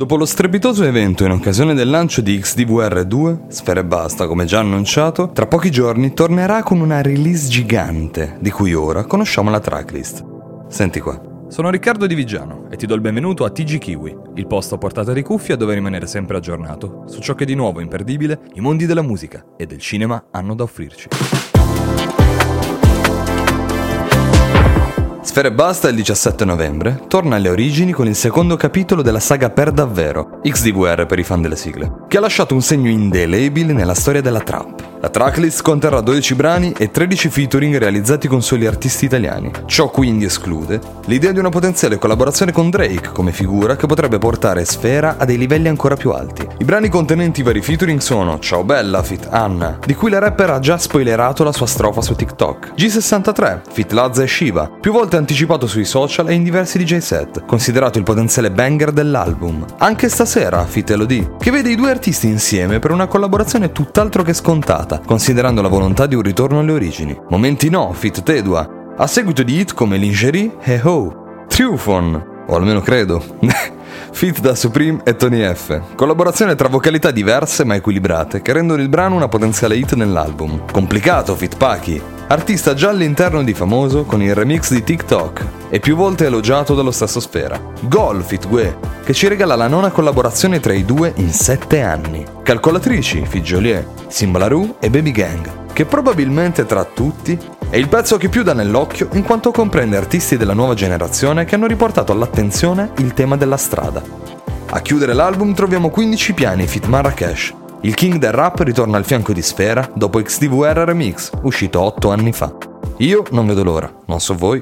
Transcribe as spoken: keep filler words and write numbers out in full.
Dopo lo strepitoso evento in occasione del lancio di X D V R due, Sfera Ebbasta, come già annunciato, tra pochi giorni tornerà con una release gigante, di cui ora conosciamo la tracklist. Senti qua. Sono Riccardo Di Vigiano e ti do il benvenuto a T G Kiwi, il posto a portata di cuffia dove rimanere sempre aggiornato su ciò che di nuovo e imperdibile i mondi della musica e del cinema hanno da offrirci. Sfera Ebbasta il diciassette novembre torna alle origini con il secondo capitolo della saga Per Davvero, X D V R per i fan delle sigle, che ha lasciato un segno indelebile nella storia della trap. La tracklist conterrà dodici brani e tredici featuring realizzati con soli artisti italiani. Ciò quindi esclude l'idea di una potenziale collaborazione con Drake come figura che potrebbe portare Sfera a dei livelli ancora più alti. I brani contenenti i vari featuring sono Ciao Bella feat. Anna, di cui la rapper ha già spoilerato la sua strofa su TikTok, G sessantatré feat. Lazza e Shiva, più volte anticipato sui social e in diversi D J set, considerato il potenziale banger dell'album. Anche Stasera feat. Elodie, che vede i due artisti insieme per una collaborazione tutt'altro che scontata, considerando la volontà di un ritorno alle origini. Momenti No feat. Tedua, a seguito di hit come Lingerie e Ho. Trufon, o almeno credo, feat. Da Supreme e Tony F. Collaborazione tra vocalità diverse ma equilibrate che rendono il brano una potenziale hit nell'album. Complicato feat. Pachi, artista già all'interno di Famoso con il remix di TikTok e più volte elogiato dallo stesso Sfera. Gol feat. Gue, che ci regala la nona collaborazione tra i due in sette anni. Calcolatrici feat. Joliet, Simbalaroo e Baby Gang, che probabilmente tra tutti è il pezzo che più dà nell'occhio in quanto comprende artisti della nuova generazione che hanno riportato all'attenzione il tema della strada. A chiudere l'album troviamo quindici piani feat. Marrakesh. Il king del rap ritorna al fianco di Sfera dopo X D V R Remix, uscito otto anni fa. Io non vedo l'ora, non so voi.